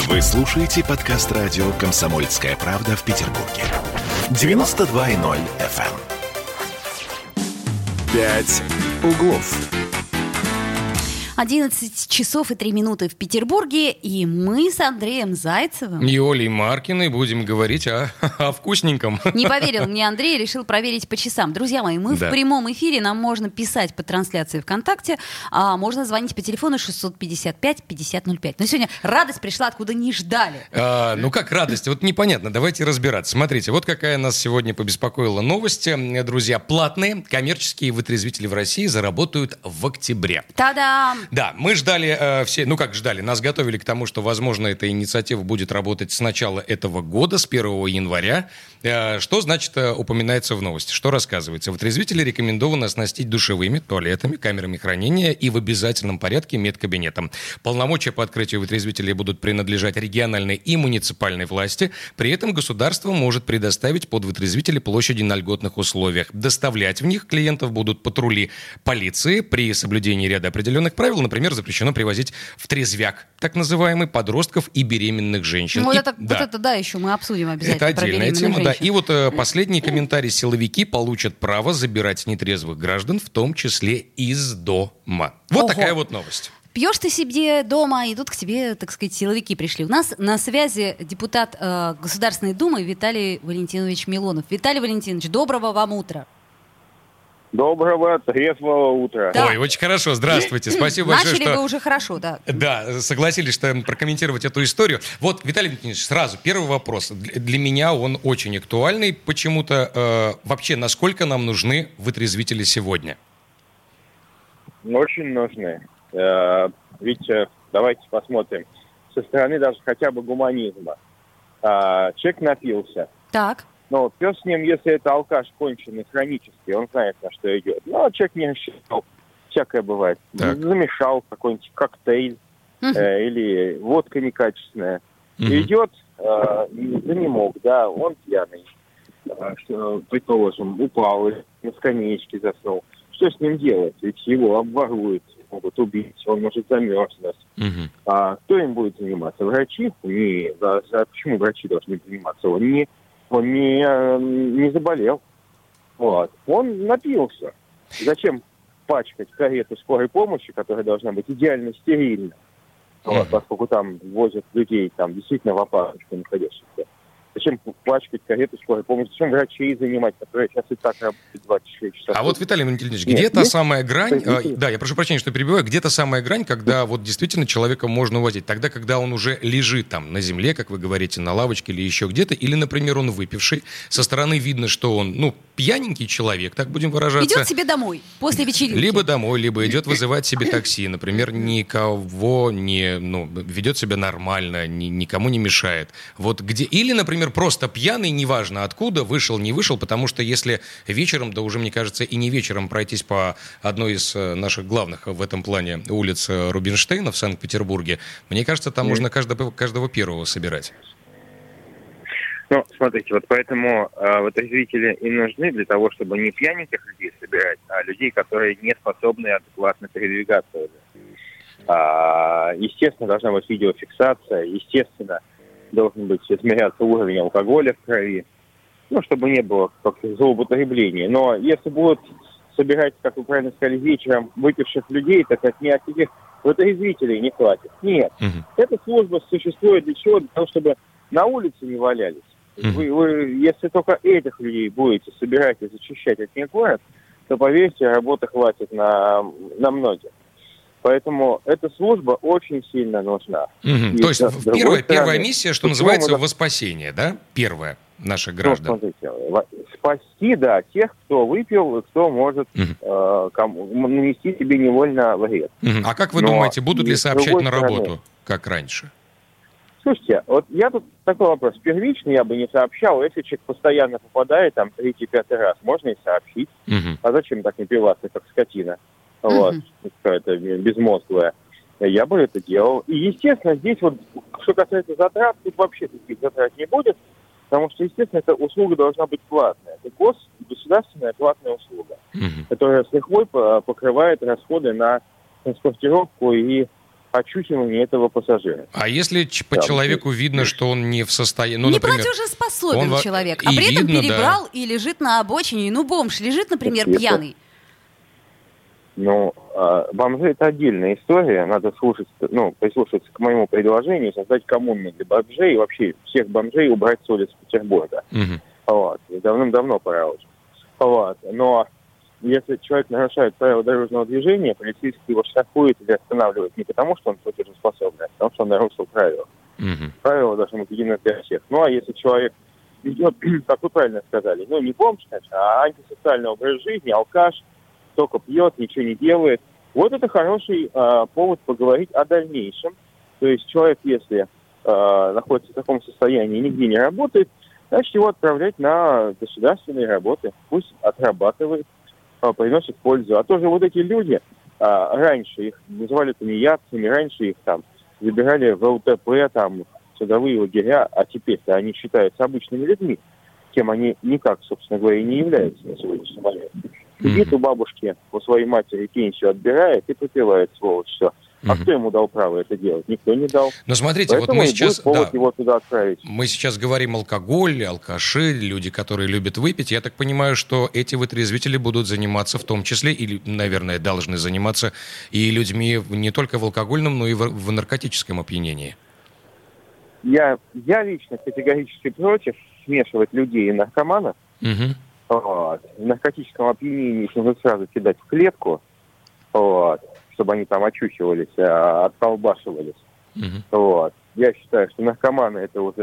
Вы слушаете подкаст радио «Комсомольская правда» в Петербурге. 92.0 FM. «Пять углов». 11 часов и 3 минуты в Петербурге, и мы с Андреем Зайцевым и Олей Маркиной будем говорить о вкусненьком. Не поверил мне Андрей, решил проверить по часам. Друзья мои, мы в прямом эфире, нам можно писать по трансляции ВКонтакте, а можно звонить по телефону 655-5005. Но сегодня радость пришла, откуда не ждали. Ну как радость? Вот непонятно, давайте разбираться. Смотрите, вот какая нас сегодня побеспокоила новость. Друзья, платные коммерческие вытрезвители в России заработают в октябре. Та-дам! Да, мы ждали все, нас готовили к тому, что, возможно, эта инициатива будет работать с начала этого года, с 1 января. Что, значит, упоминается в новости? Что рассказывается? Вытрезвители рекомендовано оснастить душевыми, туалетами, камерами хранения и в обязательном порядке медкабинетом. Полномочия по открытию вытрезвителей будут принадлежать региональной и муниципальной власти. При этом государство может предоставить под вытрезвители площади на льготных условиях. Доставлять в них клиентов будут патрули полиции. При соблюдении ряда определенных правил, например, запрещено привозить в трезвяк, так называемый, подростков и беременных женщин. Вот это еще мы обсудим обязательно. Это отдельная тема, да. И вот последний комментарий: силовики получат право забирать нетрезвых граждан, в том числе из дома. Вот такая вот новость. Пьешь ты себе дома, и тут к тебе, так сказать, силовики пришли. У нас на связи депутат Государственной Думы Виталий Валентинович Милонов. Виталий Валентинович, доброго вам утра. Доброго, трезвого утра. Да. Ой, очень хорошо, здравствуйте, спасибо большое, Начали вы уже хорошо, да. Да, согласились, что прокомментировать эту историю. Вот, Виталий Валентинович, сразу первый вопрос. Для меня он очень актуальный почему-то. Вообще, насколько нам нужны вытрезвители сегодня? Очень нужны. Ведь давайте посмотрим со стороны даже хотя бы гуманизма. Человек напился. Так. Но пес с ним, если это алкаш конченый, хронический, он знает, на что идет. Но человек не рассчитал. Всякое бывает. Так. Замешал какой-нибудь коктейль или водка некачественная. Идет, не мог, да, он пьяный. Предположим, упал, на скамеечке заснул. Что с ним делать? Ведь его обворуют, могут убить, он может замерзнуть. А кто им будет заниматься? Врачи? Нет. Почему врачи должны заниматься? Он не заболел. Вот. Он напился. Зачем пачкать карету скорой помощи, которая должна быть идеально стерильна? Вот, поскольку там возят людей, там действительно в опасности находящихся. Зачем пачкать карету скорой помощи? Зачем врачей занимать, которые сейчас и так работают 24 часа? А вот, Виталий Валентинович, где та самая грань... Да, я прошу прощения, что перебиваю. Где та самая грань, когда вот действительно человека можно увозить? Тогда, когда он уже лежит там на земле, как вы говорите, на лавочке или еще где-то, или, например, он выпивший. Со стороны видно, что он, пьяненький человек, так будем выражаться. Идет себе домой после вечеринки. Либо домой, либо идет вызывать себе такси. Например, никого не... ведет себя нормально, никому не мешает. Вот где... Или, например, просто пьяный, неважно откуда, вышел, не вышел, потому что если вечером, да уже, мне кажется, и не вечером пройтись по одной из наших главных в этом плане улиц Рубинштейна в Санкт-Петербурге, мне кажется, там можно каждого первого собирать. Смотрите, вот поэтому вытрезвители и нужны для того, чтобы не пьяненьких людей собирать, а людей, которые не способны адекватно передвигаться. Естественно, должна быть видеофиксация, естественно, должен быть измеряться уровень алкоголя в крови, чтобы не было злоупотребления. Но если будут собирать, как вы правильно сказали, вечером выпивших людей, так как ни от каких вытрезвителей не хватит. Нет. Эта служба существует для чего? Для того, чтобы на улице не валялись. Вы, если только этих людей будете собирать и зачищать от них город, то, поверьте, работы хватит на многих. Поэтому эта служба очень сильно нужна. То есть первая миссия, что называется, во спасение, да? Первая наших граждан. Смотрите, спасти, да, тех, кто выпил и кто может нанести себе невольно вред. А как вы думаете, будут ли сообщать на работу, как раньше? Слушайте, вот я тут такой вопрос. Первично я бы не сообщал. Если человек постоянно попадает, там, 3-5 раз, можно и сообщить. А зачем так напиваться, как скотина? Вот, какая-то безмозглая. Я бы это делал. И, естественно, здесь вот, что касается затрат, тут вообще таких затрат не будет, потому что, естественно, эта услуга должна быть платная. Это государственная платная услуга, которая с лихвой покрывает расходы на транспортировку и очухивания этого пассажира. А если по человеку видно, что он не в состоянии... Ну, не платежеспособен человек, а при этом перебрал и лежит на обочине. Ну, бомж лежит, например, пьяный. Ну, бомжи — это отдельная история. Надо прислушаться к моему предложению, создать коммуну для бомжей и вообще всех бомжей убрать с улиц Петербурга. Вот. И давным-давно пора уже. Вот. Но если человек нарушает правила дорожного движения, полицейский его штрафует или останавливает не потому, что он платежеспособный, а потому, что он нарушил правила. Правила должны быть едины для всех. Ну, а если человек ведет, как вы правильно сказали, не бомж, конечно, а антисоциальный образ жизни, алкаш, только пьет, ничего не делает, вот это хороший повод поговорить о дальнейшем. То есть человек, если находится в таком состоянии и нигде не работает, значит, его отправлять на государственные работы. Пусть отрабатывает, приносит пользу. А тоже вот эти люди, раньше их называли тунеядцами, раньше их там забирали в ЛТП, там, судовые лагеря, а теперь-то они считаются обычными людьми, кем они никак, собственно говоря, и не являются на сегодняшний момент. Сидит у бабушки, у своей матери пенсию отбирает и попивает, сволочь, все. А кто ему дал право это делать? Никто не дал. Но смотрите, поэтому вот мы сейчас... его туда отправить. Мы сейчас говорим алкоголь, алкаши, люди, которые любят выпить. Я так понимаю, что эти вытрезвители будут заниматься в том числе, или, наверное, должны заниматься и людьми не только в алкогольном, но и в наркотическом опьянении. Я лично категорически против смешивать людей и наркоманов. Вот. В наркотическом опьянении их нужно сразу кидать в клетку, вот, чтобы они там очухивались, отколбашивались. Вот. Я считаю, что наркоманы это уже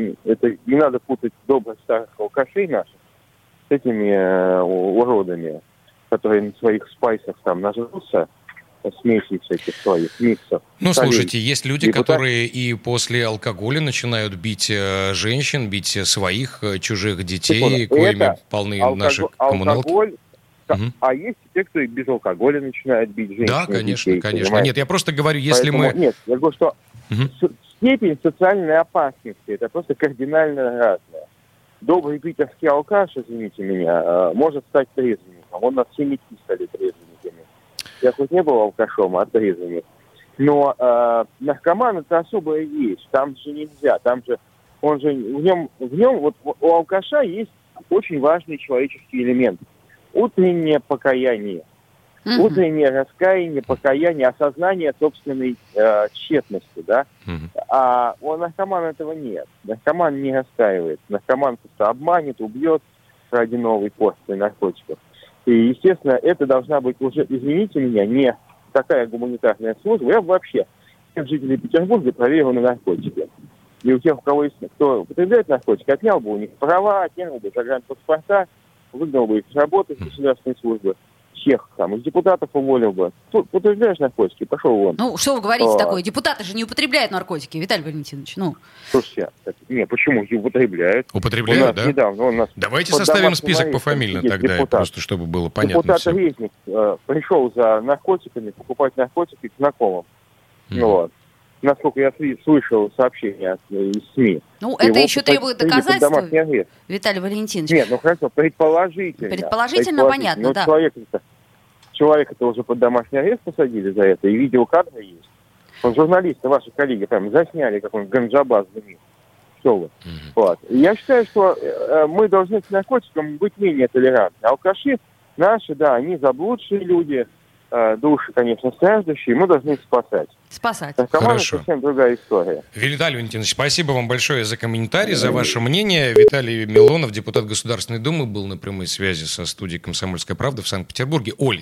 не надо путать добрых старых алкашей наших с этими уродами, которые на своих спайсах там нажрутся, смесей всяких своих, миксов. Ну, слушайте, есть люди, которые и после алкоголя начинают бить женщин, бить своих, чужих детей, коими полны наши коммуналки. А есть те, кто и без алкоголя начинает бить женщин. Да, конечно, детей, конечно. Понимаете? Нет, я просто говорю, если мы... Нет, я говорю, что степень социальной опасности это просто кардинально разная. Добрый питерский алкаш, извините меня, может стать трезвенником. Он нас все метки стали трезвенниками. Я хоть не был алкашом, а трезвенник. Но наркоман это особая вещь. Там же нельзя. Там же в нем вот у алкаша есть очень важный человеческий элемент. Утреннее покаяние. Утреннее раскаяние, покаяние, осознание собственной тщетности, да. А у наркомана этого нет. Наркоман не раскаивается. Наркоман просто обманет, убьет ради новой порции наркотиков. И, естественно, это должна быть уже, извините меня, не такая гуманитарная служба. Я вообще всех жителей Петербурга проверил на наркотики. И у тех, кто употребляет наркотики, отнял бы у них права, отнял бы загранпаспорта, выгнал бы их с работы, с государственной службы. Всех там, из депутатов уволил бы. Употребляешь наркотики, пошел вон. Ну, что вы говорите такое? Депутаты же не употребляют наркотики, Виталий Валентинович. Слушайте, почему их употребляют? Употребляют, да? Недавно давайте составим список пофамильно тогда, депутат, просто чтобы было понятно. Депутат Резник пришел за наркотиками, покупать наркотики к знакомым. Вот. Насколько я слышал сообщения из СМИ. Ну, это еще требует доказательства, Виталий Валентинович. Нет, хорошо, предположительно. Предположительно, понятно, да. Человека-то уже под домашний арест посадили за это, и видеокадры есть. Журналисты, ваши коллеги, там засняли, как он ганджабаз дымит. Что вы? Вот. Я считаю, что мы должны к наркотикам быть менее толерантны. Алкаши наши, да, они заблудшие люди, души, конечно, страждущие, мы должны их спасать. Хорошо. Совсем другая история. Виталий Валентинович, спасибо вам большое за комментарий, за ваше мнение. Виталий Милонов, депутат Государственной Думы, был на прямой связи со студией «Комсомольская правда» в Санкт-Петербурге. Оль,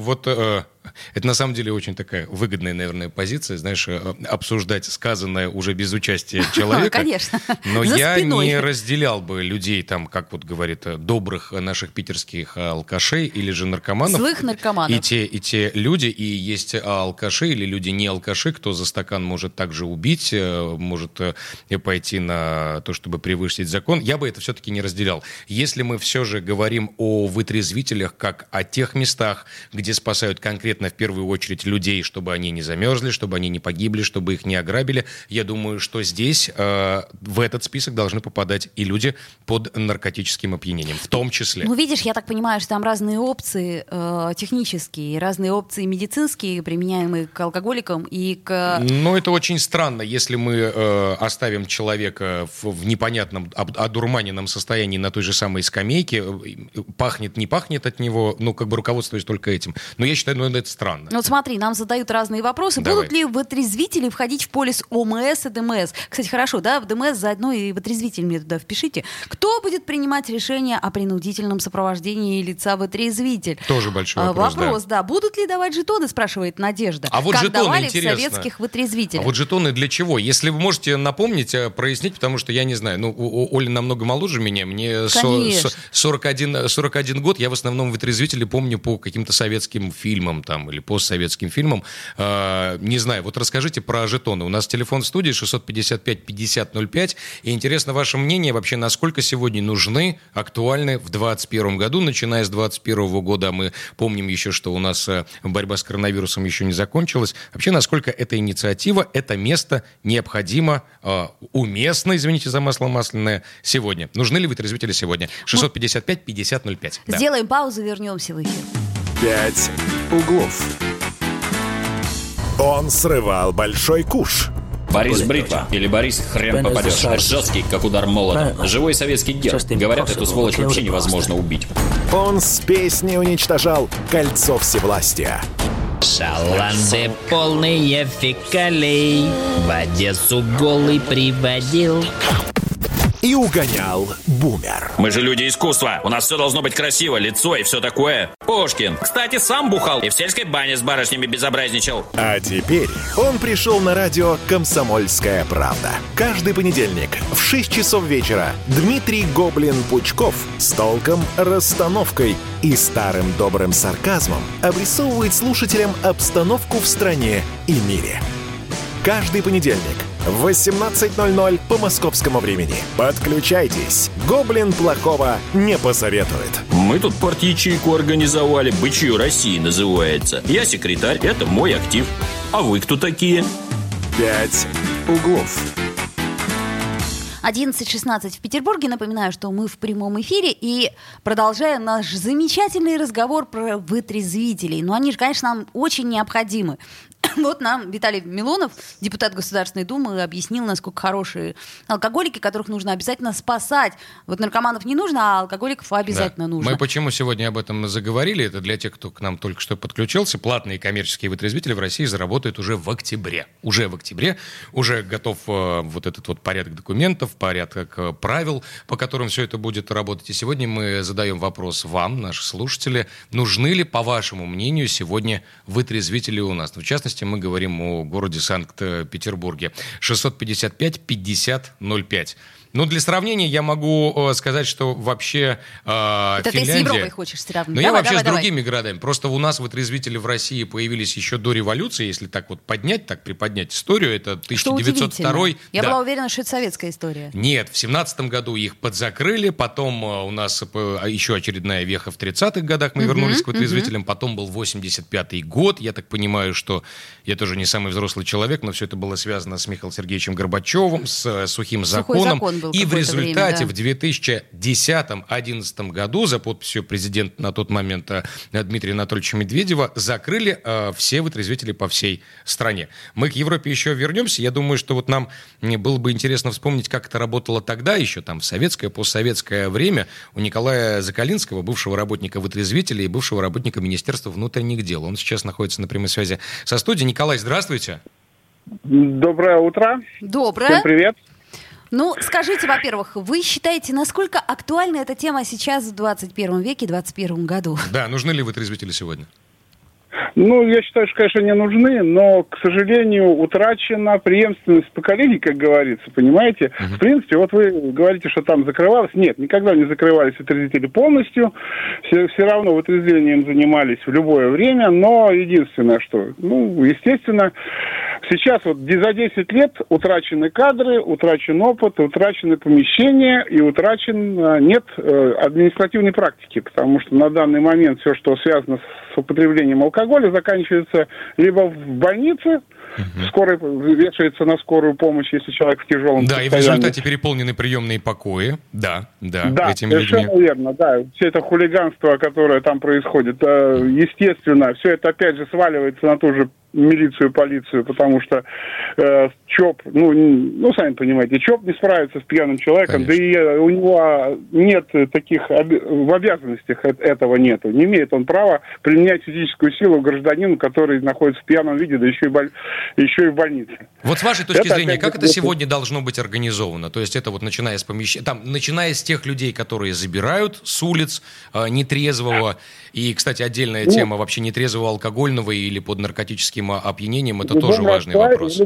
это на самом деле очень такая выгодная, наверное, позиция, знаешь, обсуждать сказанное уже без участия человека. Конечно. Но я не разделял бы людей, там, как вот говорит, добрых наших питерских алкашей или же наркоманов. Злых наркоманов. И те люди, и есть алкаши или люди не алкаши, кто за стакан может также убить, может пойти на то, чтобы превысить закон. Я бы это все-таки не разделял. Если мы все же говорим о вытрезвителях, как о тех местах, где спасают конкретно конкретно в первую очередь людей, чтобы они не замерзли, чтобы они не погибли, чтобы их не ограбили. Я думаю, что здесь в этот список должны попадать и люди под наркотическим опьянением, в том числе. Ну, видишь, я так понимаю, что там разные опции технические, разные опции медицинские, применяемые к алкоголикам и к... Ну, это очень странно, если мы оставим человека в непонятном, одурманенном состоянии на той же самой скамейке, пахнет, не пахнет от него, ну, как бы руководствуясь только этим. Но я считаю, ну, это странно. Ну, вот смотри, нам задают разные вопросы. Давай. Будут ли вытрезвители входить в полис ОМС и ДМС? Кстати, хорошо, да, в ДМС заодно и вытрезвитель мне туда впишите. Кто будет принимать решение о принудительном сопровождении лица-вытрезвитель? Тоже большой вопрос, да. Будут ли давать жетоны, спрашивает Надежда. А вот как жетоны, давали интересно. в советских вытрезвителях. А вот жетоны для чего? Если вы можете напомнить, прояснить, потому что я не знаю. Ну, Оля намного моложе меня, мне 41 год. Я в основном вытрезвители помню по каким-то советским фильмам там, или постсоветским фильмам. Не знаю, вот расскажите про жетоны. У нас телефон в студии 655-5005. И интересно ваше мнение вообще, насколько сегодня нужны, актуальны в 2021 году. Начиная с 2021 года мы помним еще, что у нас борьба с коронавирусом еще не закончилась. Вообще, насколько эта инициатива, это место необходимо, уместно, извините за масло масляное, сегодня. Нужны ли вытрезвители сегодня? 655-5005. Сделаем паузу, вернемся в эфир. 5 углов. Он срывал большой куш. Борис Бритва или Борис хрен попадешь. Жесткий, как удар молотом. Живой советский герб. Говорят, эту сволочь вообще невозможно убить. Он с песней уничтожал кольцо всевластия. Шаланды полные фекалей в Одессу голый приводил. И угонял бумер. Мы же люди искусства. У нас все должно быть красиво, лицо и все такое. Пушкин, кстати, сам бухал и в сельской бане с барышнями безобразничал. А теперь он пришел на радио «Комсомольская правда». Каждый понедельник в 6 часов вечера Дмитрий Гоблин-Пучков с толком, расстановкой и старым добрым сарказмом обрисовывает слушателям обстановку в стране и мире. Каждый понедельник в 18:00 по московскому времени. Подключайтесь. Гоблин плохого не посоветует. Мы тут парт-ячейку организовали. «Бычье России» называется. Я секретарь, это мой актив. А вы кто такие? 5 углов. 11:16 в Петербурге. Напоминаю, что мы в прямом эфире и продолжаем наш замечательный разговор про вытрезвителей. Но они же, конечно, нам очень необходимы. Вот нам Виталий Милонов, депутат Государственной Думы, объяснил, насколько хорошие алкоголики, которых нужно обязательно спасать. Вот наркоманов не нужно, а алкоголиков обязательно нужно. Мы почему сегодня об этом заговорили? Это для тех, кто к нам только что подключился. Платные коммерческие вытрезвители в России заработают уже в октябре. Уже готов вот этот вот порядок документов, порядок правил, по которым все это будет работать. И сегодня мы задаем вопрос вам, наши слушатели. Нужны ли, по вашему мнению, сегодня вытрезвители у нас? В частности, мы говорим о городе Санкт-Петербурге. 655-5005. Ну, для сравнения я могу сказать, что вообще это Финляндия... ты с Европой хочешь сравнить? Но я вообще с другими городами. Просто у нас вытрезвители в России появились еще до революции. Если так вот приподнять историю, это 1902... Я была уверена, что это советская история. Нет, в 17-м году их подзакрыли. Потом у нас еще очередная веха в 30-х годах. Мы вернулись к вытрезвителям. Потом был 85-й год. Я так понимаю, что я тоже не самый взрослый человек, но все это было связано с Михаилом Сергеевичем Горбачевым, с сухим законом. И в результате в 2010-2011 году за подписью президента на тот момент Дмитрия Анатольевича Медведева закрыли все вытрезвители по всей стране. Мы к Европе еще вернемся. Я думаю, что вот нам было бы интересно вспомнить, как это работало тогда еще, там, в советское, постсоветское время у Николая Закалинского, бывшего работника вытрезвителей и бывшего работника Министерства внутренних дел. Он сейчас находится на прямой связи со студией. Николай, здравствуйте. Доброе утро. Доброе. Всем привет. Ну, скажите, во-первых, вы считаете, насколько актуальна эта тема сейчас в 21 веке, 21 году? Да, нужны ли вытрезвители сегодня? Ну, я считаю, что, конечно, не нужны, но, к сожалению, утрачена преемственность поколений, как говорится, понимаете? В принципе, вот вы говорите, что там закрывалось. Нет, никогда не закрывались вытрезвители полностью. Все равно вытрезвлением занимались в любое время, но единственное, что, естественно, Сейчас вот за 10 лет утрачены кадры, утрачен опыт, утрачены помещения и нет административной практики, потому что на данный момент все, что связано с употреблением алкоголя, заканчивается либо в больнице, скорой вешается на скорую помощь, если человек в тяжелом состоянии. Да, и в результате переполнены приемные покои. Да, совершенно верно, да. Все это хулиганство, которое там происходит, естественно, все это опять же сваливается на ту же милицию, полицию, потому что ЧОП, сами понимаете, ЧОП не справится с пьяным человеком, конечно. Да и у него нет таких, в обязанностях этого нету. Не имеет он права применять физическую силу гражданину, который находится в пьяном виде, да еще и в больнице. Вот с вашей точки зрения, как это сегодня должно быть организовано? То есть это вот начиная с помещения, начиная с тех людей, которые забирают с улиц нетрезвого, и, кстати, отдельная тема вообще нетрезвого алкогольного или под наркотическим опьянением, это тоже важный вопрос.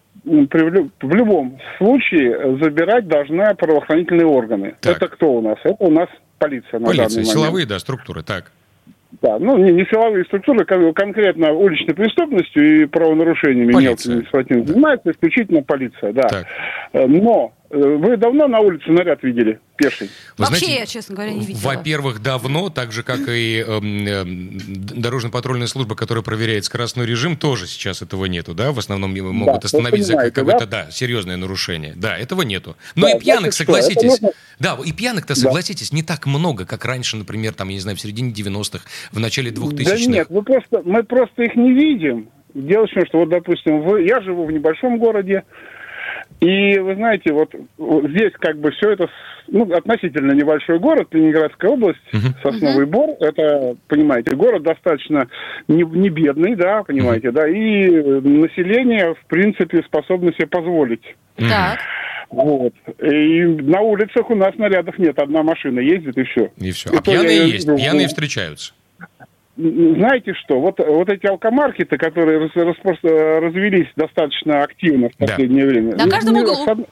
В любом случае забирать должны правоохранительные органы. Так. Это кто у нас? Это у нас полиция на данный момент. Силовые, структуры, так. Да, не силовые структуры, конкретно уличной преступностью и правонарушениями мелкими занимается исключительно полиция, да. Так. Но вы давно на улице наряд видели, пеший? Вообще, я, честно говоря, не видела. Во-первых, давно, так же, как и дорожно-патрульная служба, которая проверяет скоростной режим, тоже сейчас этого нету, да? В основном могут остановить за какое-то, серьезное нарушение. Да, этого нету. Но и пьяных, согласитесь... Да, и пьяных-то, согласитесь, не так много, как раньше, например, там, я не знаю, в середине 90-х, в начале 2000-х. Да нет, мы просто их не видим. Дело в том, что, вот, допустим, я живу в небольшом городе, и, вы знаете, вот здесь как бы все это, относительно небольшой город, Ленинградская область, Сосновый Бор, это, понимаете, город достаточно не бедный, да, понимаете, да, и население, в принципе, способно себе позволить. Так. Вот. И на улицах у нас нарядов нет, одна машина ездит, и все. И все. А пьяные есть, пьяные встречаются. Знаете что, вот эти алкомаркеты, которые развелись достаточно активно в последнее время. На каждом углу.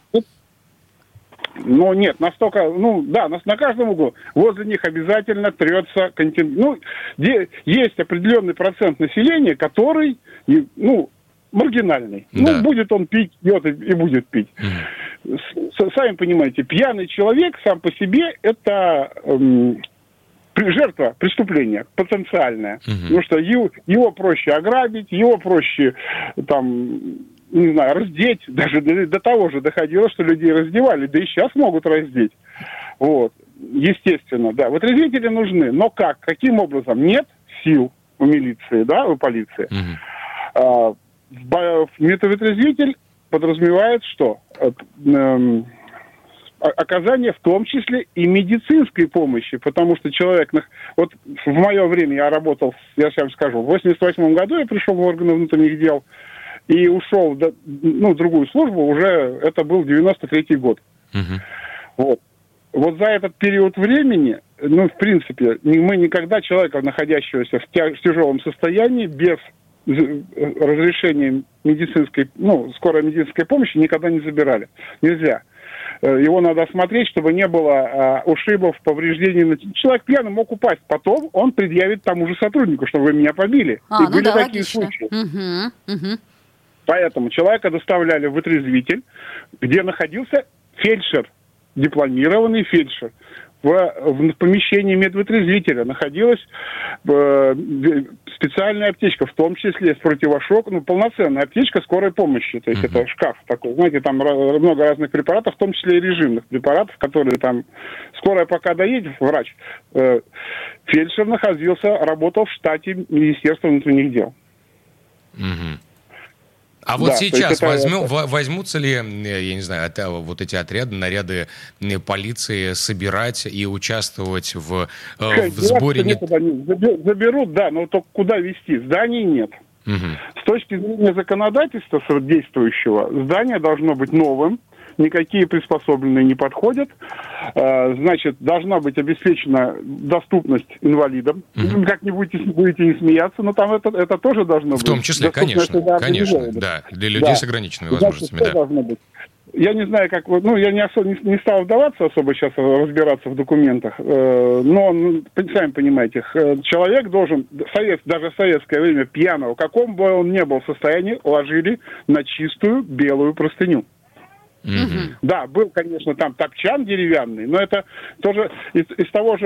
Нет, настолько, на каждом углу. Возле них обязательно трется контингент. Есть определенный процент населения, который, маргинальный. Да. Будет он пить, пьет и будет пить. Сами понимаете, пьяный человек сам по себе это... жертва преступления потенциальная, потому что его проще ограбить, его проще раздеть, даже до того же доходило, что людей раздевали, да и сейчас могут раздеть. Вот, естественно, да. Вытрезвители нужны, но каким образом? Нет сил у милиции, да, у полиции. Метавытрезвитель подразумевает что? Оказание в том числе и медицинской помощи, потому что человек... Вот в мое время я работал, я сейчас скажу, в 88 году я пришел в органы внутренних дел и ушел в другую службу, уже это был 93-й год. Вот за этот период времени, в принципе, мы никогда человека, находящегося в тяжелом состоянии, без разрешения медицинской, скорой медицинской помощи никогда не забирали. Нельзя. Его надо осмотреть, чтобы не было ушибов, повреждений. Человек пьяный мог упасть. Потом он предъявит тому же сотруднику, что вы меня побили. И были такие случаи. Поэтому человека доставляли в вытрезвитель, где находился фельдшер, дипломированный фельдшер. В помещении медвытрезвителя находилась специальная аптечка, в том числе с противошоком, полноценная аптечка скорой помощи. То есть это шкаф такой. Знаете, там много разных препаратов, в том числе и режимных препаратов, которые там... Скорая пока доедет, врач. Фельдшер работал в штате Министерства внутренних дел. А вот сейчас возьмутся ли, я не знаю, вот эти отряды, наряды полиции собирать и участвовать в сборе? Заберут, да, но только куда везти? Зданий нет. С точки зрения законодательства действующего, здание должно быть новым, никакие приспособленные не подходят. Значит, должна быть обеспечена доступность инвалидам. Как-нибудь будете не смеяться, но там это тоже должно быть. В том числе, конечно, да, для людей с ограниченными возможностями. Значит, должно быть. Я не знаю, как... я не стал вдаваться особо сейчас разбираться в документах, но, сами понимаете, человек должен, даже в советское время пьяного, каком бы он ни был в состоянии, ложили на чистую белую простыню. Да, был, конечно, там топчан деревянный, но это тоже из той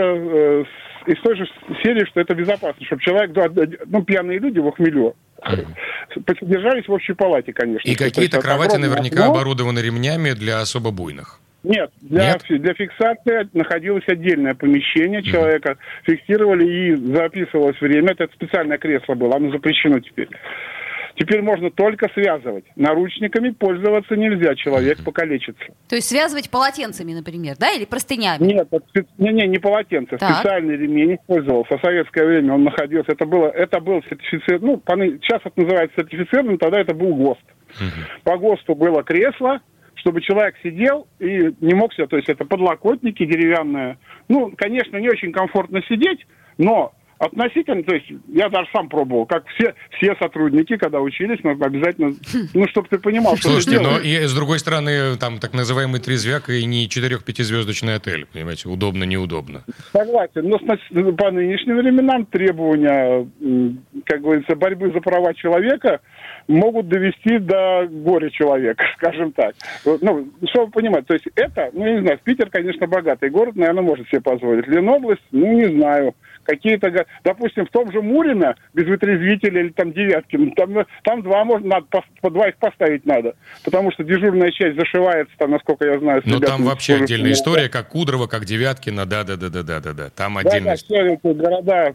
же серии, что это безопасно, чтобы человек, пьяные люди в хмелю, содержались в общей палате, конечно. И какие-то кровати наверняка оборудованы ремнями для особо буйных. Нет, для фиксации находилось отдельное помещение, человека фиксировали и записывалось время, это специальное кресло было, оно запрещено теперь. Теперь можно только связывать. Наручниками пользоваться нельзя, человек покалечится. То есть связывать полотенцами, например, да, или простынями? Нет, не полотенце, специальный ремень использовался. В советское время он находился, это был сертифицированный, сейчас это называется сертифицированным, тогда это был ГОСТ. По ГОСТу было кресло, чтобы человек сидел и не мог себя, то есть это подлокотники деревянные. Конечно, не очень комфортно сидеть, но относительно, то есть я даже сам пробовал, как все сотрудники, когда учились, но обязательно, чтобы ты понимал, что Слушайте, но и с другой стороны, там так называемый трезвяк и не 4-5-звездочный отель, понимаете, удобно-неудобно. Согласен, но по нынешним временам требования, как говорится, борьбы за права человека могут довести до горя человека, скажем так. Чтобы понимать, то есть это, я не знаю, Питер, конечно, богатый город, наверное, может себе позволить. Ленобласть, не знаю. Какие-то, допустим, в том же Мурино, без вытрезвителя или там Девяткин, там два можно, по два их поставить надо, потому что дежурная часть зашивается, там, насколько я знаю. Но там вообще отдельная история, как Кудрово, как Девяткино, да, там отдельная история. Все эти города.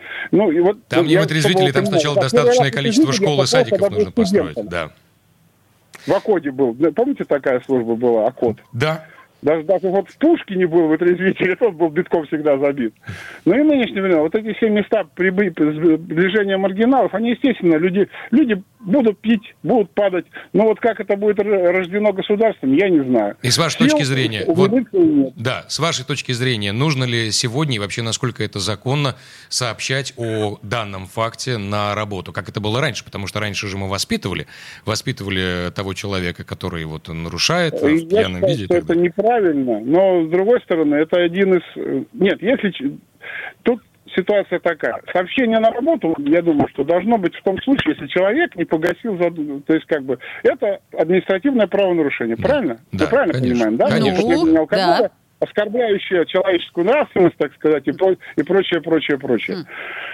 Там не вытрезвители, там сначала достаточное количество школ и садиков нужно построить, да. В Акоде был, помните, такая служба была, Акод? Да. Даже в Пушкине был вытрезвитель, тот был битком всегда забит. И в нынешнее время вот эти все места сближения маргиналов, они, естественно, люди будут пить, будут падать. Но как это будет рождено государством, я не знаю. И с вашей точки зрения, с вашей точки зрения, нужно ли сегодня и вообще насколько это законно сообщать о данном факте на работу, как это было раньше? Потому что раньше же мы воспитывали того человека, который нарушает в пьяном виде. Это неправильно. Но, с другой стороны, это один из... Нет, тут ситуация такая. Сообщение на работу, я думаю, что должно быть в том случае, если человек не погасил... То есть, это административное правонарушение. Правильно? Да, мы правильно понимаем, да? Да. Оскорбляющее человеческую нравственность, так сказать, и прочее.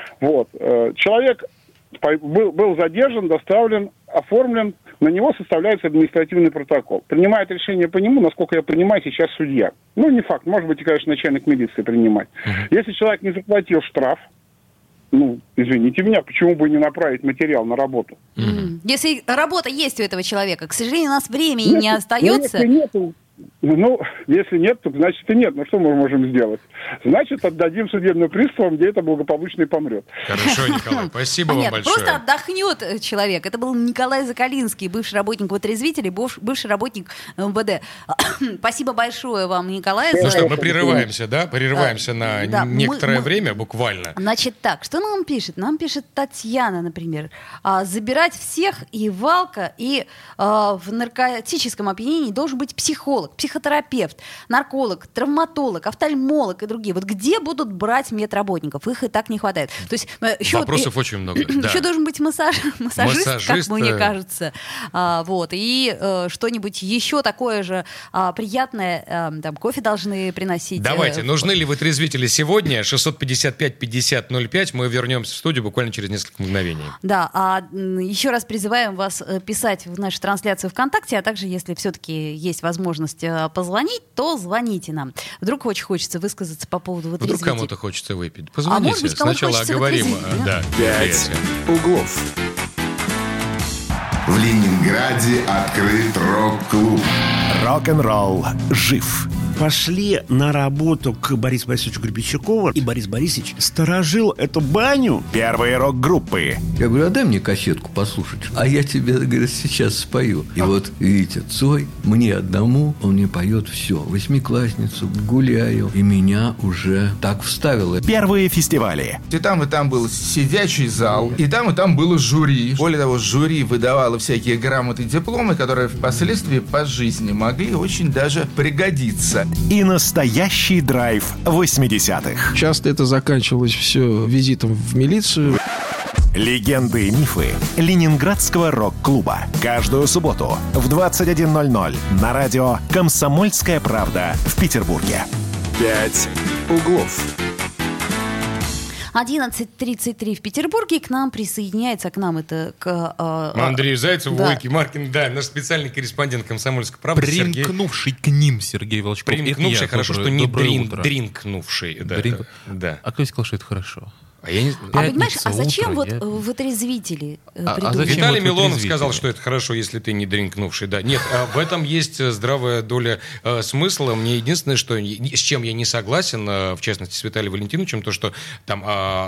Человек был задержан, доставлен, оформлен, на него составляется административный протокол. Принимает решение по нему, насколько я понимаю, сейчас судья. Не факт, может быть, и, конечно, начальник милиции принимать. Если человек не заплатил штраф, извините меня, почему бы не направить материал на работу? Если работа есть у этого человека, к сожалению, у нас времени не остается. Если нет, то значит и нет. Что мы можем сделать? Значит, отдадим судебным приставам, где это благополучно и помрет. Хорошо, Николай, спасибо вам большое. Просто отдохнет человек. Это был Николай Закалинский, бывший работник вытрезвителей, бывший работник МВД. Спасибо большое вам, Николай. Мы прерываемся, да? Прерываемся на некоторое время, буквально. Значит так, что нам пишет? Нам пишет Татьяна, например. Забирать всех и Валка, и в наркотическом опьянении должен быть психолог, психотерапевт, нарколог, травматолог, офтальмолог и другие. Где будут брать медработников? Их и так не хватает. То есть, вопросов очень много. Еще должен быть массажист, как мне кажется. И что-нибудь еще такое же приятное. Кофе должны приносить. Давайте, нужны ли вытрезвители сегодня? 655-5005. Мы вернемся в студию буквально через несколько мгновений. Да, еще раз призываем вас писать в нашу трансляцию ВКонтакте, а также, если все-таки есть возможность позвонить, то звоните нам. Вдруг очень хочется высказаться по поводу вытрезвителей. Вдруг кому-то хочется выпить. Позвоните, сначала оговорим. «Пять углов». В Ленинграде открыт рок-клуб. Рок-н-ролл жив пошли на работу к Борису Борисовичу Гребенщикову, и Борис Борисович сторожил эту баню. Первые рок-группы. Я говорю, а дай мне кассетку послушать. А я тебе, говорит, сейчас спою. И вот, видите, Цой, мне одному, он мне поет все. Восьмиклассницу, гуляю. И меня уже так вставило. Первые фестивали. И там был сидячий зал, и там было жюри. Более того, жюри выдавало всякие грамоты и дипломы, которые впоследствии по жизни могли очень даже пригодиться. И настоящий драйв 80-х. Часто это заканчивалось все визитом в милицию. Легенды и мифы Ленинградского рок-клуба. Каждую субботу в 21:00 на радио «Комсомольская правда» в Петербурге. 5 углов. 11:33 в Петербурге. К нам присоединяется, Андрей Зайцев, да. Войки Маркин, да, наш специальный корреспондент «Комсомольской правды». Примкнувший к ним Сергей Волчков. Примкнувший, хорошо, что не дринкнувший. Да. А кто сказал, что это хорошо? Понимаешь, зачем вытрезвители придумали? Виталий Милонов сказал, что это хорошо, если ты не дринкнувший. Да. Нет, в этом есть здравая доля смысла. Мне единственное, что с чем я не согласен, в частности, с Виталием Валентиновичем, то, что там,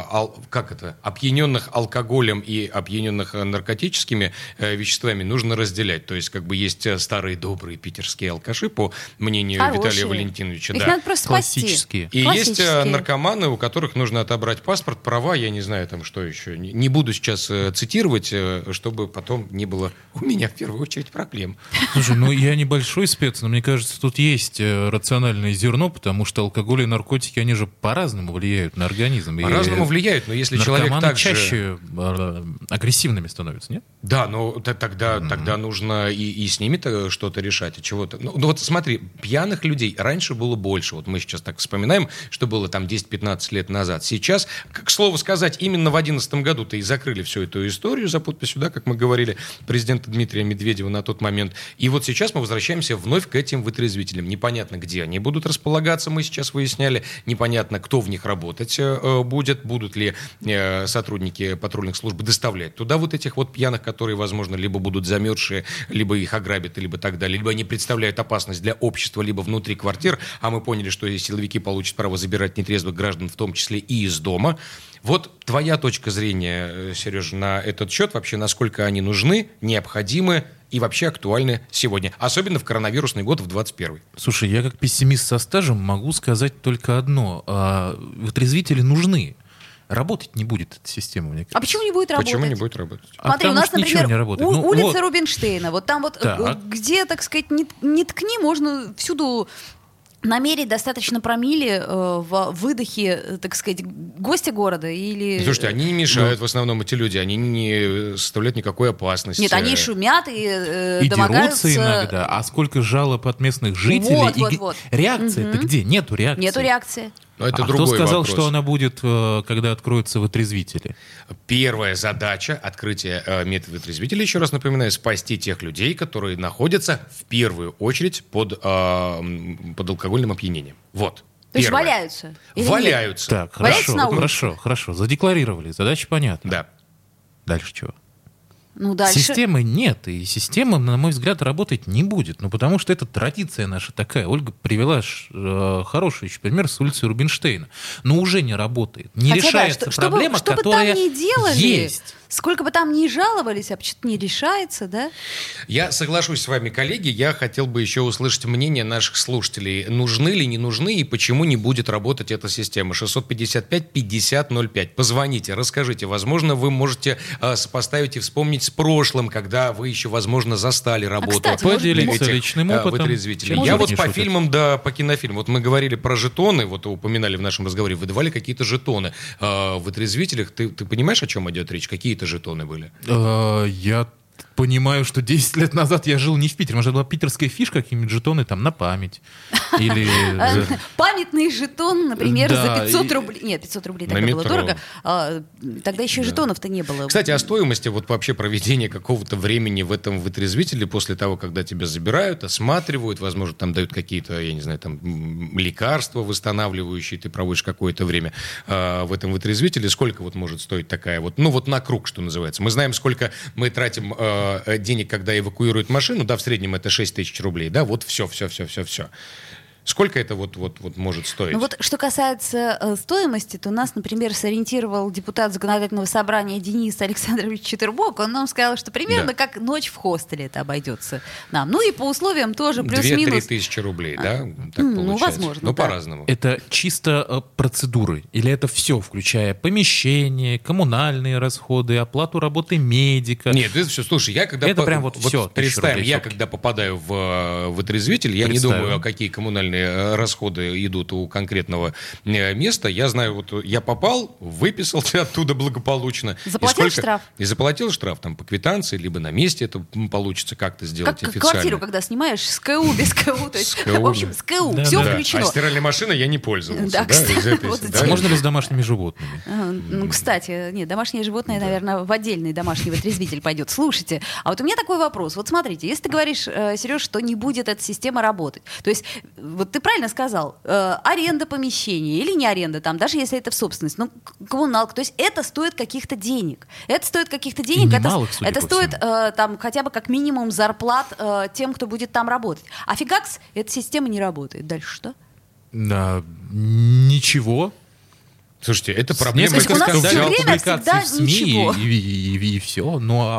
опьяненных алкоголем и опьяненных наркотическими веществами нужно разделять. То есть, есть старые добрые питерские алкаши, по мнению Виталия Валентиновича. Их надо просто спасти. Классические. И есть наркоманы, у которых нужно отобрать паспорт, права, я не знаю, там что еще. Не буду сейчас цитировать, чтобы потом не было у меня в первую очередь проблем. Слушай, я небольшой спец, но мне кажется, тут есть рациональное зерно, потому что алкоголь и наркотики, они же по-разному влияют на организм. По-разному влияют, но если человек так же... чаще агрессивными становятся, нет? Да, но тогда нужно и с ними-то что-то решать, и чего-то. Ну вот смотри, пьяных людей раньше было больше. Вот мы сейчас так вспоминаем, что было там 10-15 лет назад. Сейчас, к слову сказать, именно в 2011 году-то и закрыли всю эту историю за подписью, да, как мы говорили, президента Дмитрия Медведева на тот момент. И вот сейчас мы возвращаемся вновь к этим вытрезвителям. Непонятно, где они будут располагаться, мы сейчас выясняли. Непонятно, кто в них работать будет. Будут ли сотрудники патрульных служб доставлять туда вот этих вот пьяных, которые, возможно, либо будут замерзшие, либо их ограбят, либо так далее. Либо они представляют опасность для общества, либо внутри квартир. А мы поняли, что силовики получат право забирать нетрезвых граждан, в том числе и из дома. Вот твоя точка зрения, Сережа, на этот счет, вообще насколько они нужны, необходимы и вообще актуальны сегодня, особенно в коронавирусный год, в 21-й. Слушай, я как пессимист со стажем могу сказать только одно. Вытрезвители нужны. Работать не будет эта система, мне кажется. А почему не будет работать? Почему не будет работать? Смотри, у нас, например, улица вот. Рубинштейна. Вот там где, так сказать, не ткни, можно всюду... намерить достаточно промилле в выдохе, так сказать, гостя города или... Слушайте, они не мешают в основном, эти люди, они не составляют никакой опасности. Нет, они шумят и домогаются... дерутся иногда. А сколько жалоб от местных жителей? Вот. Реакция-то где? Нету реакции. Нету реакции. Но это другой кто сказал, вопрос. что она будет, когда откроются вытрезвители? Первая задача открытия медвытрезвителей, еще раз напоминаю, спасти тех людей, которые находятся в первую очередь под алкогольным опьянением. Вот. То есть валяются? Валяются. Так, хорошо. Задекларировали. Задача понятна. Да. Дальше чего? Дальше... Системы нет, и система, на мой взгляд, работать не будет. Потому что это традиция наша такая. Ольга привела хороший еще пример с улицы Рубинштейна. Но уже не работает. Не решается проблема, которая есть. Сколько бы там ни жаловались, а почему-то не решается, да? Я соглашусь с вами, коллеги. Я хотел бы еще услышать мнение наших слушателей. Нужны ли, не нужны, и почему не будет работать эта система? 655-5005. Позвоните, расскажите. Возможно, вы можете сопоставить и вспомнить с прошлым, когда вы еще, возможно, застали работу поделиться личным опытом. Вытрезвителей. Я вот по фильмам, да, по кинофильмам. Вот мы говорили про жетоны, вот упоминали в нашем разговоре, выдавали какие-то жетоны. В вытрезвителях, ты понимаешь, о чем идет речь? Какие-то жетоны были? Я понимаю, что 10 лет назад я жил не в Питере. Может, была питерская фишка, какие-нибудь жетоны там на память. Или... Памятный жетон, например, за 500 рублей. Нет, 500 рублей тогда было дорого. Тогда еще жетонов-то не было. Кстати, о стоимости вот вообще проведения какого-то времени в этом вытрезвителе после того, когда тебя забирают, осматривают, возможно, там дают какие-то, я не знаю, там лекарства восстанавливающие, ты проводишь какое-то время в этом вытрезвителе. Сколько вот может стоить такая вот, на круг, что называется. Мы знаем, сколько мы тратим денег, когда эвакуируют машину, да, в среднем это 6 тысяч рублей, да, вот все. Сколько это вот может стоить? Ну вот, что касается стоимости, то нас, например, сориентировал депутат Законодательного собрания Денис Александрович Четербок. Он нам сказал, что примерно как ночь в хостеле это обойдется нам. Ну и по условиям тоже плюс-минус. 2-3 тысячи рублей, да? Так ну, возможно, да. По-разному. Это чисто процедуры? Или это все, включая помещение, коммунальные расходы, оплату работы медика? Нет, это все, слушай, я когда... Это прям вот все. Представим, я когда попадаю в вытрезвитель, я не думаю, какие коммунальные расходы идут у конкретного места. Я знаю, вот я попал, выписался оттуда благополучно. Заплатил штраф. И заплатил штраф там по квитанции, либо на месте это получится как-то сделать как официально. Квартиру, когда снимаешь, с КУ, без КУ. То есть, в общем, с КУ, все включено. А стиральной машиной я не пользовался. Да, кстати. Можно ли с домашними животными? Ну, кстати, нет, домашние животные, наверное, в отдельный домашний вытрезвитель пойдет. Слушайте, а вот у меня такой вопрос. Вот смотрите, если ты говоришь, Сереж, что не будет эта система работать, то есть вот ты правильно сказал, аренда помещения или не аренда, там, даже если это в собственность, ну, коммуналка, то есть это стоит каких-то денег. Это стоит каких-то денег, это стоит там хотя бы как минимум зарплат тем, кто будет там работать. А фигакс, эта система не работает. Дальше что? Да, ничего. Слушайте, это проблема. У нас все время всегда ничего. И все.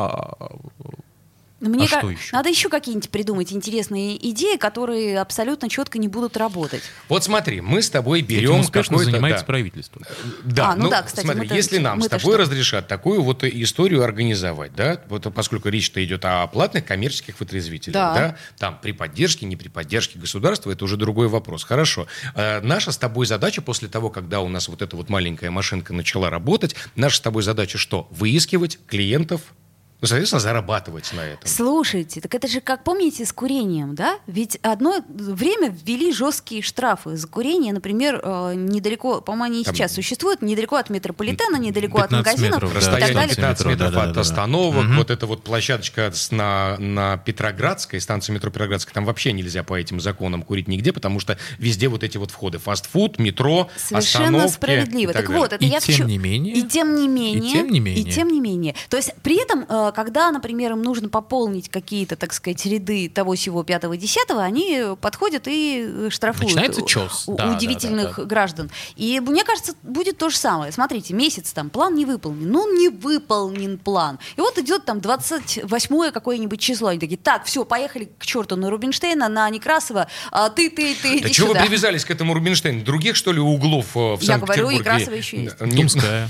Мне надо еще какие-нибудь придумать интересные идеи, которые абсолютно четко не будут работать. Вот смотри, мы с тобой берем успешно занимается правительство. Да, кстати, смотри, если нам с тобой разрешат такую вот историю организовать, да, вот поскольку речь-то идет о платных коммерческих вытрезвителях, да, там при поддержке, не при поддержке государства, это уже другой вопрос. Хорошо. Наша с тобой задача после того, когда у нас вот эта вот маленькая машинка начала работать, наша с тобой задача что? Выискивать клиентов, ну, соответственно, зарабатывать на этом. Слушайте, так это же, как помните, с курением, да? Ведь одно время ввели жесткие штрафы за курение, например, недалеко, по-моему, они сейчас существуют, недалеко от метрополитена, недалеко от магазинов. Расстояние 15 метров от остановок. Вот эта вот площадочка на Петроградской, станции метро Петроградской, там вообще нельзя по этим законам курить нигде, потому что везде вот эти вот входы. Фастфуд, метро, совершенно справедливо. Так вот, это я хочу... тем не менее. И тем не менее. То есть при этом... Когда, например, им нужно пополнить какие-то, так сказать, ряды того сего 5-10, они подходят и штрафуют удивительных граждан. И мне кажется, будет то же самое. Смотрите, месяц там, план не выполнен. Ну, не выполнен план. И вот идет там 28-е какое-нибудь число. Они такие, так, все, поехали к черту на Рубинштейна, на Некрасова. Ты, да чего вы привязались к этому Рубинштейну? Других, что ли, углов в Санкт-Петербурге? Я говорю, и Красова еще есть. Тумская.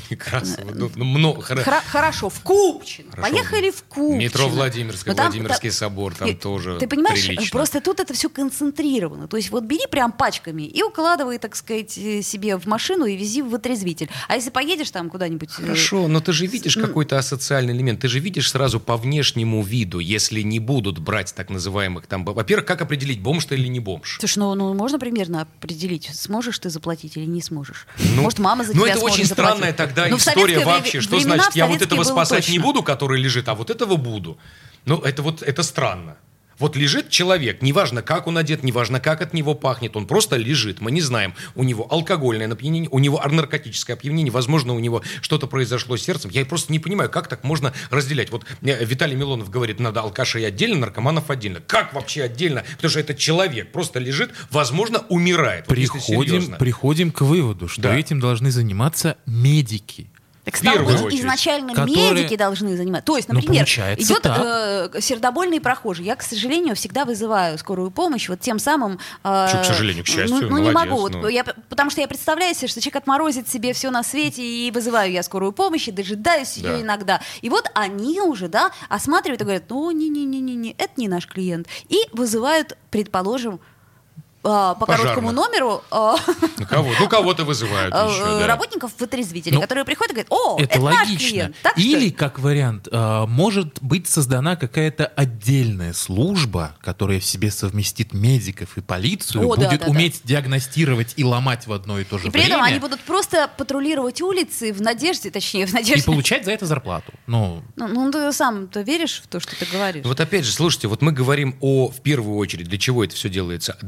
Хорошо, в Купчино. Поехали в Купчино. Метро Владимирское, Владимирский собор, там тоже ты понимаешь, прилично. Просто тут это все концентрировано. То есть вот бери прям пачками и укладывай, так сказать, себе в машину и вези в вытрезвитель. А если поедешь там куда-нибудь... Хорошо, но ты же видишь какой-то асоциальный элемент. Ты же видишь сразу по внешнему виду, если не будут брать так называемых там... Во-первых, как определить, бомж ты или не бомж? Слушай, ну можно примерно определить, сможешь ты заплатить или не сможешь? Может, мама за тебя сможет заплатить? Ну это очень странная тогда история вообще. Что значит, я вот этого спасать не буду, который лежит, а вот этого буду. Ну, это странно. Вот лежит человек, неважно, как он одет, неважно, как от него пахнет, он просто лежит. Мы не знаем, у него алкогольное опьянение, у него наркотическое опьянение, возможно, у него что-то произошло с сердцем. Я просто не понимаю, как так можно разделять. Вот Виталий Милонов говорит, надо алкашей отдельно, наркоманов отдельно. Как вообще отдельно? Потому что этот человек просто лежит, возможно, умирает. Приходим к выводу, что этим должны заниматься медики. Так стало быть, изначально медики должны заниматься. То есть, например, идет сердобольный прохожий. Я, к сожалению, всегда вызываю скорую помощь вот тем самым... К сожалению, к счастью, не могу. Потому что я представляю себе, что человек отморозит себе все на свете, и вызываю я скорую помощь, и дожидаюсь ее иногда. И вот они уже, осматривают и говорят, не, это не наш клиент. И вызывают, предположим, по короткому номеру кого-то вызывают еще, работников вытрезвителей, которые приходят и говорят, это логично. Наш клиент. Или, как вариант, может быть создана какая-то отдельная служба, которая в себе совместит медиков и полицию, будет уметь диагностировать и ломать в одно и то же время. И при этом они будут просто патрулировать улицы в надежде. И получать за это зарплату. Ну, ты сам-то веришь в то, что ты говоришь? Вот опять же, слушайте, вот мы говорим в первую очередь, для чего это все делается? Для спасения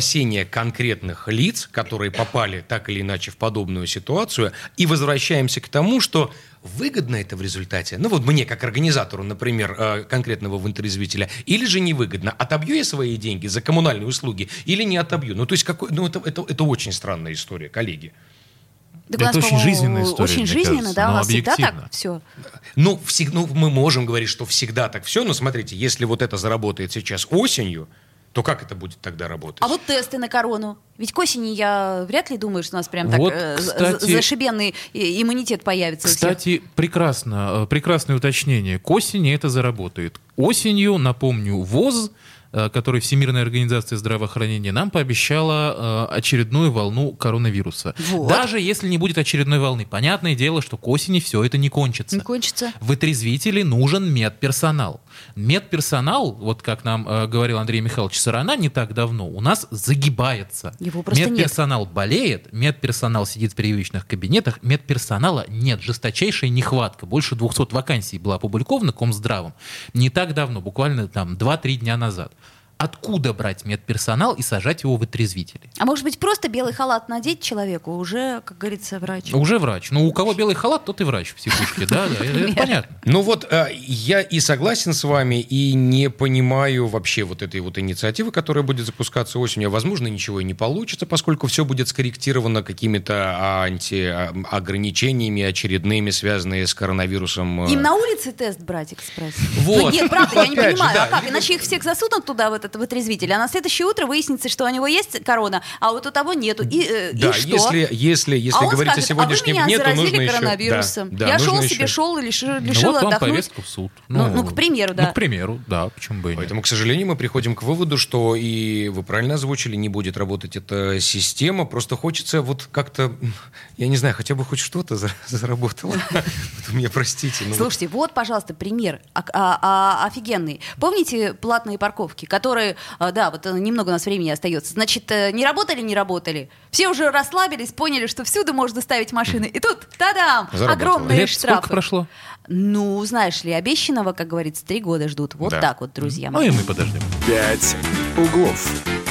спасения конкретных лиц, которые попали так или иначе в подобную ситуацию, и возвращаемся к тому, что выгодно это в результате, ну вот мне, как организатору, например, конкретного вытрезвителя, или же невыгодно. Отобью я свои деньги за коммунальные услуги или не отобью? Ну, то есть, это очень странная история, коллеги. Так это очень жизненная история. Очень жизненно, да, у нас всегда так все. Ну, мы можем говорить, что всегда так все, но смотрите, если вот это заработает сейчас осенью, то как это будет тогда работать? А вот тесты на корону. Ведь к осени я вряд ли думаю, что у нас прям вот, так кстати, зашибенный иммунитет появится. Кстати, прекрасное уточнение. К осени это заработает. Осенью, напомню, ВОЗ, который Всемирная организация здравоохранения, нам пообещала очередную волну коронавируса. Вот. Даже если не будет очередной волны, понятное дело, что к осени все это не кончится. Не кончится. В вытрезвителе нужен медперсонал. Медперсонал, вот как нам говорил Андрей Михайлович Сарана не так давно, у нас загибается. Его просто медперсонал болеет, медперсонал сидит в привычных кабинетах, медперсонала нет, жесточайшая нехватка. Больше 200 вакансий было опубликовано Комздравом не так давно, буквально там 2-3 дня назад. Откуда брать медперсонал и сажать его в вытрезвители? А может быть, просто белый халат надеть человеку, уже, как говорится, врач? Уже врач. Ну, у кого белый халат, тот и врач в психушке, да, это понятно. Ну вот, я и согласен с вами, и не понимаю вообще вот этой вот инициативы, которая будет запускаться осенью. Возможно, ничего и не получится, поскольку все будет скорректировано какими-то антиограничениями очередными, связанными с коронавирусом. Им на улице тест брать, экспресс? Вот. Ну, нет, правда, я не понимаю, а как? Иначе их всех засунут туда, в этот вытрезвитель, а на следующее утро выяснится, что у него есть корона, а вот у того нету. И что? Если говорить о сегодняшнем дне, то нужно еще... коронавирусом. Я шел и решил вот отдохнуть. Вам повестка в суд. Ну, к примеру, да. Ну, к примеру, да, почему бы и нет. Поэтому, к сожалению, мы приходим к выводу, что, и вы правильно озвучили, не будет работать эта система, просто хочется вот как-то, я не знаю, хотя бы хоть что-то заработало. Мне простите. Слушайте, вот, пожалуйста, пример офигенный. Помните платные парковки, которые, да, вот немного у нас времени остается. Значит, не работали. Все уже расслабились, поняли, что всюду можно ставить машины. И тут, та-дам, огромные штрафы. Сколько прошло? Ну, знаешь ли, обещанного, как говорится, 3 года ждут. Вот так вот, друзья мои. Ну и мы подождем. 5 углов.